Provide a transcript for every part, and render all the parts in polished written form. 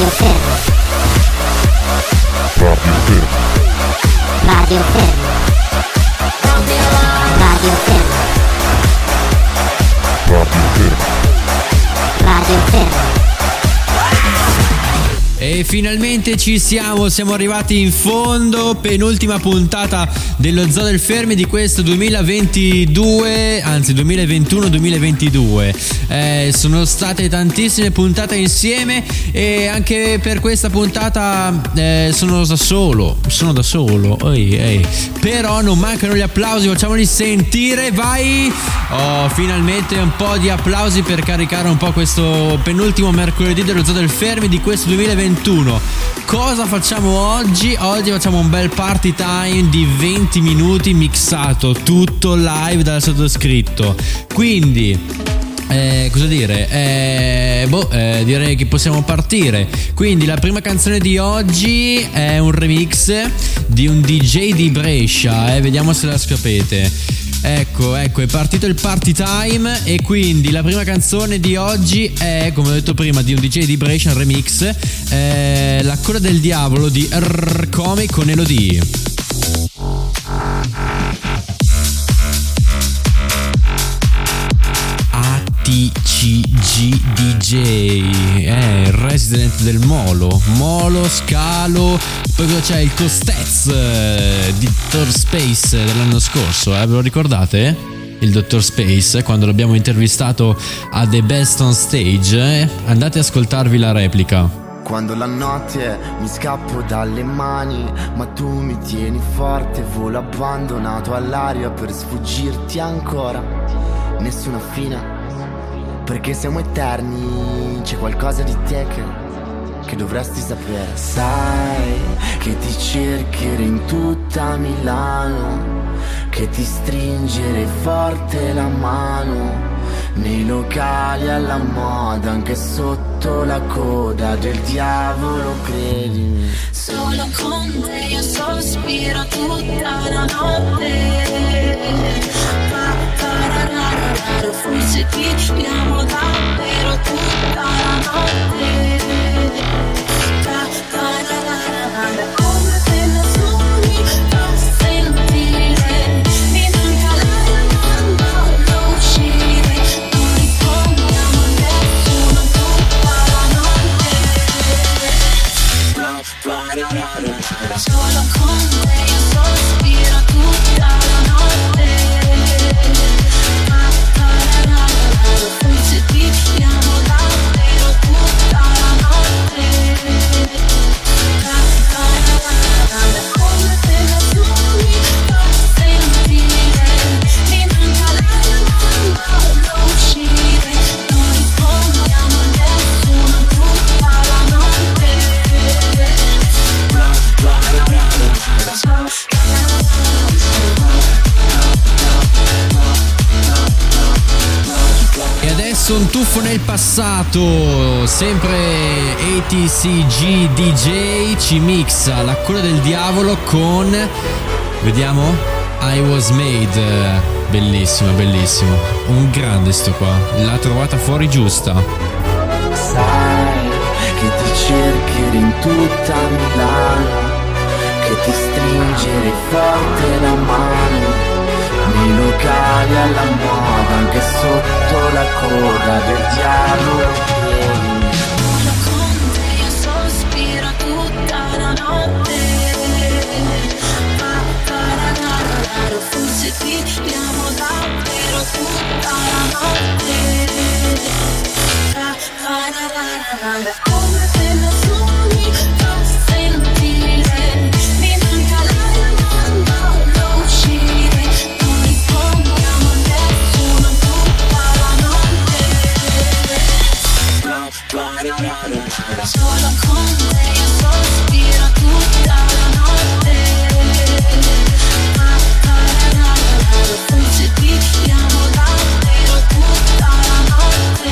Fermo. Radio Fermo. Radio Fermo. Radio Fermo. E finalmente ci siamo arrivati in fondo, penultima puntata dello Zoo del Fermi di questo 2022, anzi 2021-2022. Sono state tantissime puntate insieme e anche per questa puntata sono da solo, però non mancano gli applausi, facciamoli sentire, vai! Oh, finalmente un po' di applausi per caricare un po' questo penultimo mercoledì dello Zoo del Fermi di questo 2021. Cosa facciamo oggi? Oggi facciamo un bel party time di 20 minuti mixato, tutto live dal sottoscritto. Quindi cosa dire? Direi che possiamo partire. Quindi la prima canzone di oggi è un remix di un DJ di Brescia, vediamo se la sapete. Ecco, è partito il party time e quindi la prima canzone di oggi è, come ho detto prima, di un DJ di Brescia, un remix, La coda del diavolo di Comic con Elodie. ATCG DJ, resident del Molo, Scalo, poi c'è il Costez, Dr. Space dell'anno scorso, ve lo ricordate? Il Dr. Space, quando l'abbiamo intervistato a The Best on Stage, andate ad ascoltarvi la replica. Quando la notte mi scappo dalle mani, ma tu mi tieni forte, volo abbandonato all'aria per sfuggirti ancora. Nessuna fine, perché siamo eterni, c'è qualcosa di te che dovresti sapere. Sai che ti cercherei in tutta Milano, che ti stringerei forte la mano, nei locali alla moda, anche sotto la coda del diavolo, credimi. Solo con te io sospiro tutta la notte. Forse ti amo davvero tutta la notte. Come te ne suoni da sentire, mi manca l'aria quando lo uscire. Non rispondiamo a nessuno tutta la notte. Solo con te io sospiro tutta la notte. Forse ti amo davvero tutta la notte. Come te ne suoni da sentire, mi manca l'aria quando lo uscire. Non rispondiamo a nessuno tutta la notte. E adesso un tuffo nel passato, sempre ATCG DJ ci mixa La coda del diavolo con, vediamo, I Was Made. Bellissimo, bellissimo, un grande sto qua, l'ha trovata fuori giusta. Sai che ti cercherei in tutta Milano, che ti stringerei forte la mano, nei locali alla moda, anche sotto la coda del diavolo, credimi. Solo con te io sospiro tutta la notte. Forse ti amo davvero tutta la notte. Come te ne suoni da sentire, mi manca l'aria quando lo uscire. Non rispondiamo a nessuno tutta la notte. Solo con te io sospiro tutta la notte. Forse ti amo davvero tutta la notte.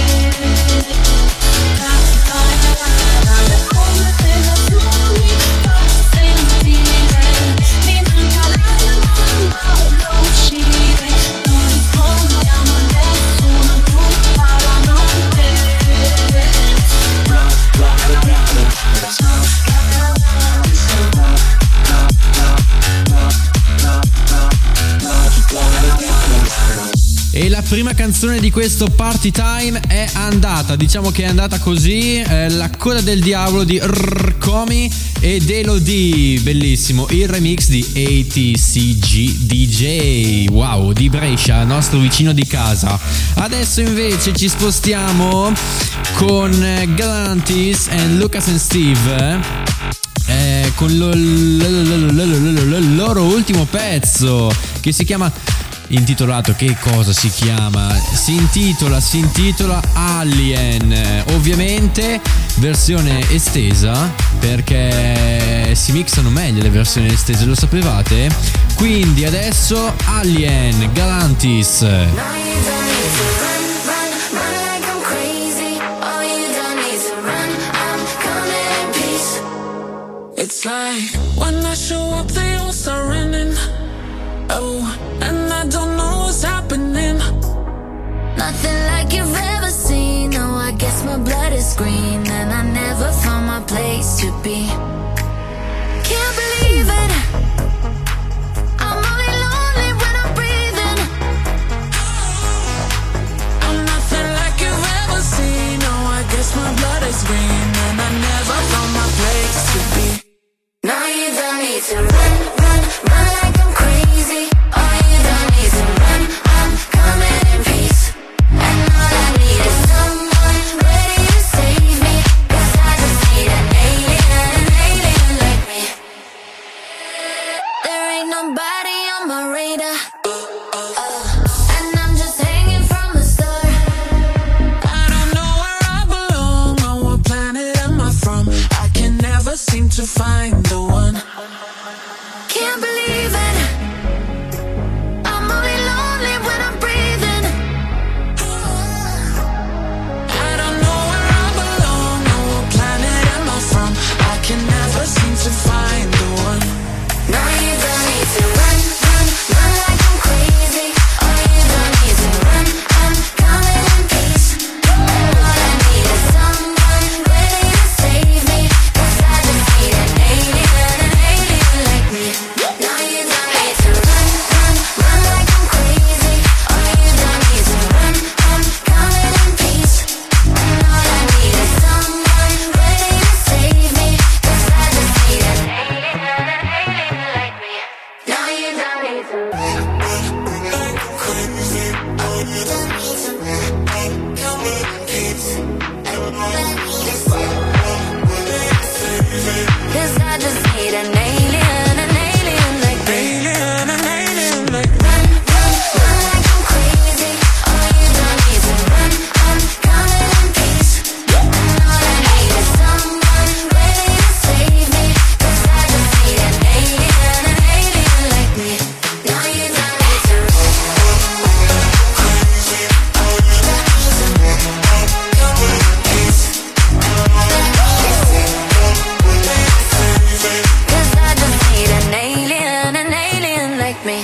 Come te ne suoni da sentire, mi manca l'aria quando lo uscire. Non rispondiamo a nessuno tutta la notte. prima canzone di questo Party Time è andata, diciamo che è andata così, La coda del diavolo di Comi ed Elodie, bellissimo, il remix di ATCG DJ, wow, di Brescia, nostro vicino di casa. Adesso invece ci spostiamo con Galantis e Lucas and Steve, con il loro ultimo pezzo che si chiama, intitolato, che cosa si chiama? Si intitola Alien, ovviamente versione estesa, perché si mixano meglio le versioni estese, lo sapevate? Quindi adesso Alien, Galantis. It's like when I show up, they all start running. Oh, and I don't know what's happening. Nothing like you've ever seen. No, I guess my blood is green, and I never found my place to be. Can't believe it. I'm only lonely when I'm breathing. I'm nothing like you've ever seen. No, I guess my blood is green, and I never found my place to be. Now you don't need to run, run, run like I'm crazy. All you don't need to run, I'm coming in peace. And all I need is someone ready to save me. 'Cause I just need an alien like me. There ain't nobody on my radar. And I'm just hanging from the start. I don't know where I belong, on what planet am I from? I can never seem to find the one. Can't believe it. I'm only lonely when I'm breathing. I don't know where I belong, on what planet am I from? I can never seem to find the one. Now you don't need to run, run, run like I'm crazy. All you don't need to run, I'm coming in peace. And all I need is someone ready to save me. 'Cause I just need an alien like me. Now you don't need to run, run, run like I'm crazy. All you don't need to run, I'm coming in peace. And all I need is someone ready to save me. 'Cause I just need an alien like me. Now you don't need to run. All you don't need to run, coming in peace. And all I need is someone ready to save me. 'Cause I just need an alien like me. Alien, an alien like Run, run, run like I'm crazy. All you don't need to run, I'm coming in peace. And all I need is someone ready to save me. 'Cause I just need an alien like me. Now you don't need to run. All you don't need to run, I'm coming in peace. All I need is someone ready to save me. 'Cause I just need an alien like me.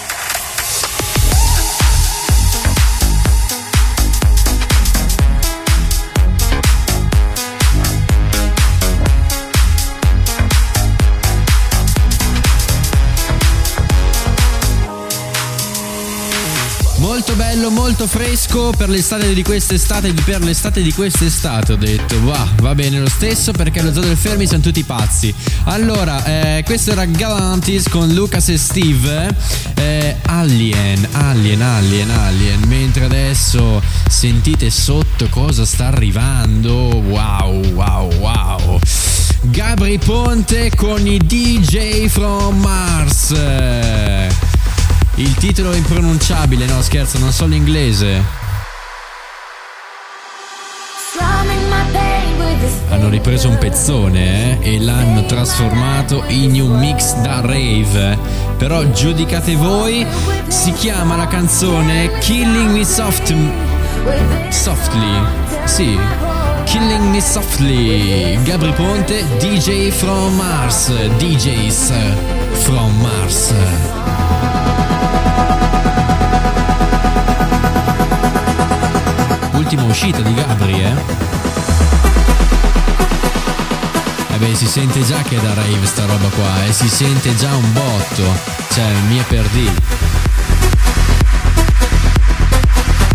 Molto bello, molto fresco per l'estate di quest'estate, ho detto, va bene lo stesso, perché lo Zoo del Fermi sono tutti pazzi. Allora, questo era Galantis con Lucas e Steve, Alien, mentre adesso sentite sotto cosa sta arrivando, wow. Gabri Ponte con i DJ from Mars. Il titolo è impronunciabile, no scherzo, non so l'inglese. Hanno ripreso un pezzone e l'hanno trasformato in un mix da rave. Però giudicate voi. Si chiama la canzone Killing Me Softly. Sì, Killing Me Softly. Gabri Ponte, DJ from Mars. DJs from Mars. Ultima uscita di Gabri, beh, si sente già che è da rave sta roba qua, si sente già un botto, cioè mia per dire.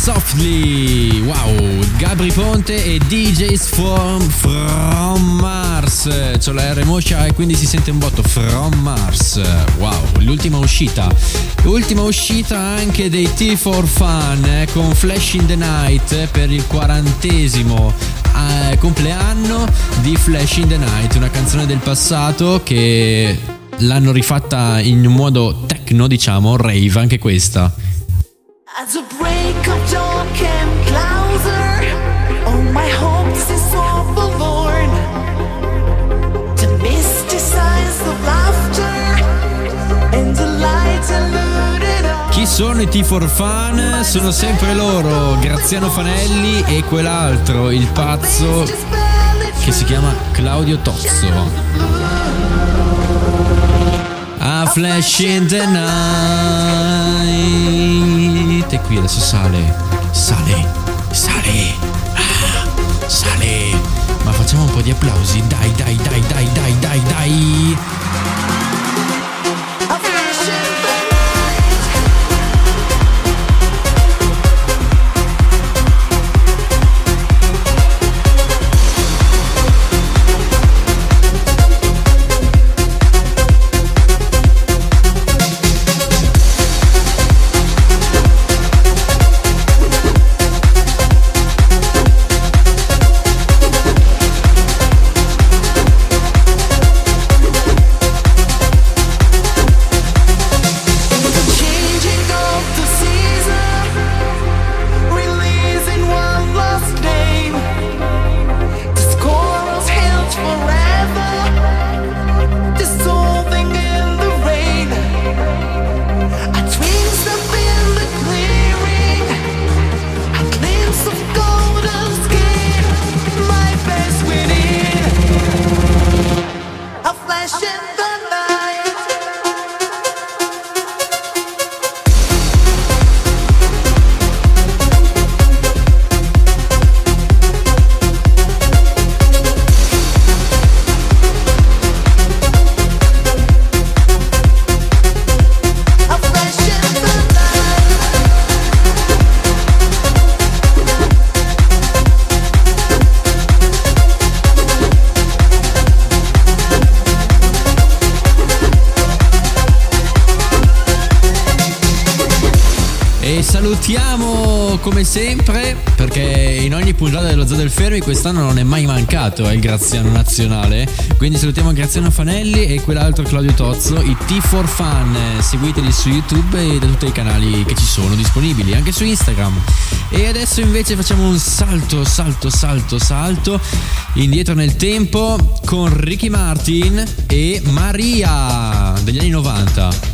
Softly. Wow, Gabry Ponte e DJs from Mars. C'ho la R moscia e quindi si sente un botto. From Mars. Wow, l'ultima uscita anche dei T4 Fun con Flash in the Night per il 40° compleanno di Flash in the Night, una canzone del passato che l'hanno rifatta in un modo techno, diciamo, rave anche questa. As the break of dawn came closer, all my hopes is so forlorn, to mysticize the laughter and the light eluded all. Chi sono i T4 Fun? Sono sempre loro, Graziano Fanelli e quell'altro, il pazzo che si chiama Claudio Tozzo. A flash in the night. E qui adesso sale. Ma facciamo un po' di applausi. Dai. A flash in the Salutiamo come sempre, perché in ogni puntata dello Zoo del Fermi quest'anno non è mai mancato il Graziano nazionale. Quindi salutiamo Graziano Fanelli e quell'altro Claudio Tozzo, i T4 Fun. Seguiteli su YouTube e da tutti i canali che ci sono disponibili, anche su Instagram. E adesso invece facciamo un salto indietro nel tempo con Ricky Martin e Maria degli anni 90.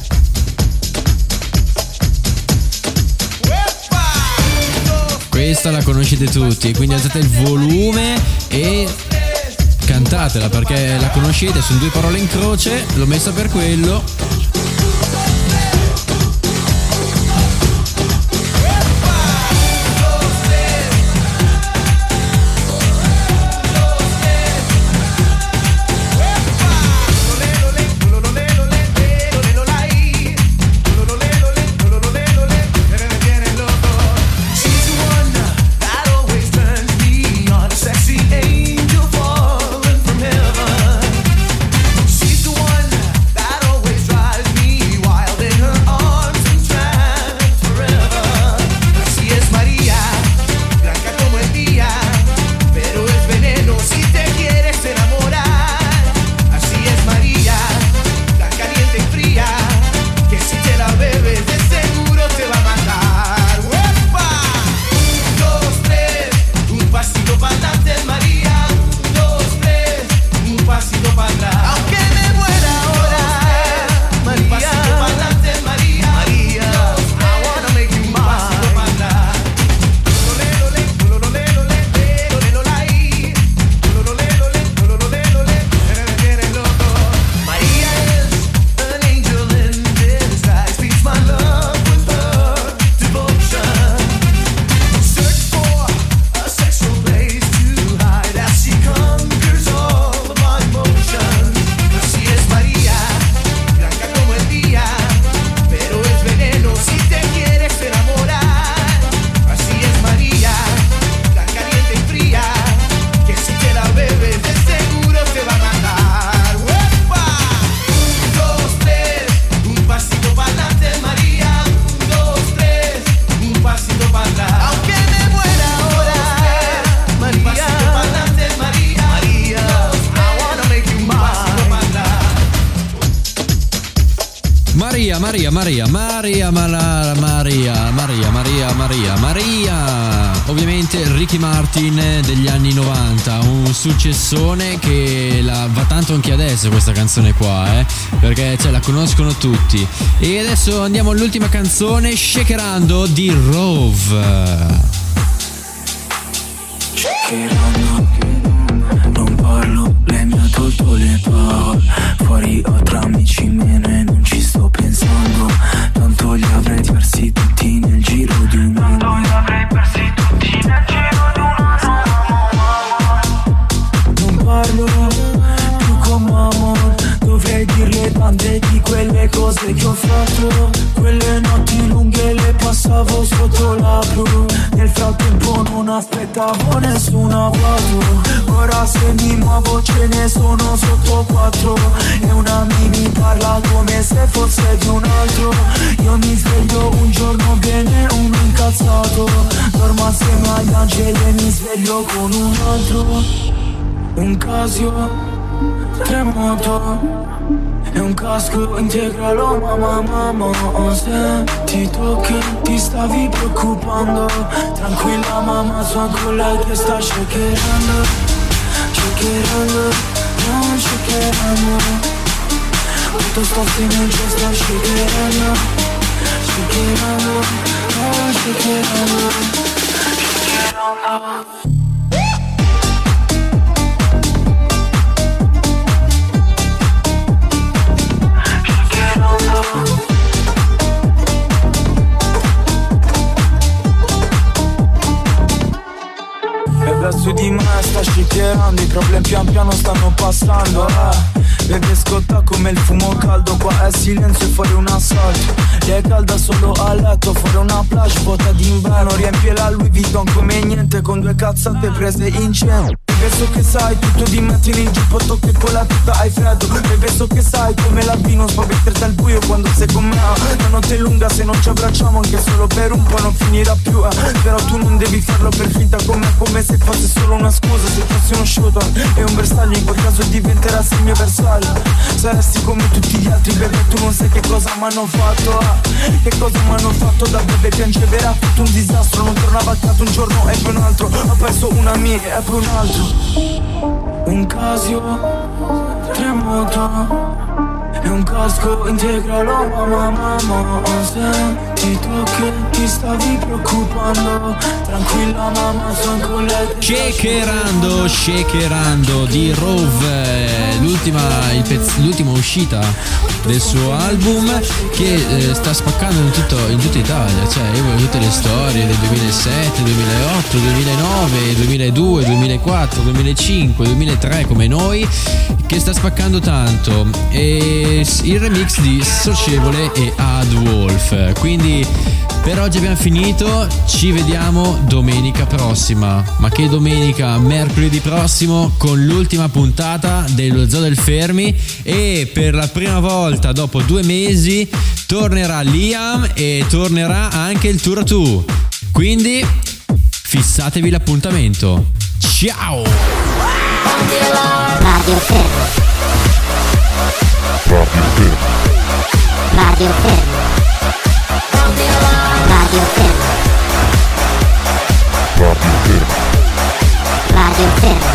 Questa la conoscete tutti, quindi alzate il volume e cantatela perché la conoscete, sono due parole in croce, l'ho messa per quello. She's the one that always drives me wild. Maria. Ovviamente Ricky Martin degli anni 90, un successone che va tanto anche adesso questa canzone qua, perché la conoscono tutti. E adesso andiamo all'ultima canzone, Shakerando di Rove. Shakerando, non parlo, lei mi ha tolto le parole. Fuori ho tra amici meno, non ci sto pensando. Tanto li avrei persi tutti nel giro di un anno. Tanto li avrei persi tutti nel giro di un anno. Non parlo più con mamma, dovrei dirle tante di quelle cose che ho fatto. Quelle notti lunghe le passavo sotto la blu. Nel frattempo non aspettavo nessuna foto. Ora se mi muovo ce ne sono sotto 4. E una mi parla come se fosse di un altro. Io mi sveglio un giorno bene, uno incazzato. Dormo assieme agli angeli e mi sveglio con un altro. Un Casio, Tremoto e un casco integralo, mamma. Sentito che ti stavi preoccupando. Tranquilla mamma, sono con lei che sta shakerando. Non shakerando. Tutto sta fine ci sta shakerando. Non shakerando. E verso di me sta shakerando, i problemi pian piano stanno passando. Beve scotta come il fumo caldo, qua è silenzio e fuori un assalto. Lei è calda solo a letto, fuori una plage, vuota d'inverno. Riempie la Louis Vuitton come niente, con 2 cazzate prese in cielo. Penso che sai tutto di me, tieni il giubbotto che con la tuta hai freddo. E penso che sai come la vino, spaventarti al buio quando sei con me. La notte è lunga, se non ci abbracciamo anche solo per un po' non finirà più, Però tu non devi farlo per finta con me, come se fosse solo una scusa. Se fossi uno shooter e un bersaglio, in quel caso diventerassi il mio bersaglio. Saresti come tutti gli altri, bebe, tu non sai che cosa m'hanno fatto, Che cosa m'hanno fatto da bebe piangevera, tutto un disastro. Non tornava a casa un giorno e poi un altro. Ho perso un'amica e poi un altro. Un Casio, Tremoto e un casco integralo, mamma. Sentito che ti stavi preoccupando. Tranquilla mamma, sono con lei. Shakerando di Rove, l'ultima uscita del suo album, che sta spaccando in tutta Italia. Io vedo tutte le storie del 2007, 2008, 2009, 2002, 2004, 2005, 2003 come noi, che sta spaccando tanto. E il remix di Socievole e Ad Wolf. Quindi per oggi abbiamo finito, ci vediamo domenica prossima. Ma che domenica? Mercoledì prossimo, con l'ultima puntata dello Zoo del Fermi. E per la prima volta dopo 2 mesi tornerà Liam e tornerà anche il Tour Tu. Quindi fissatevi l'appuntamento. Ciao! Radio Fermo. Radio Fermo. Radio Fermo. Radio Fermo. Radio Fermo.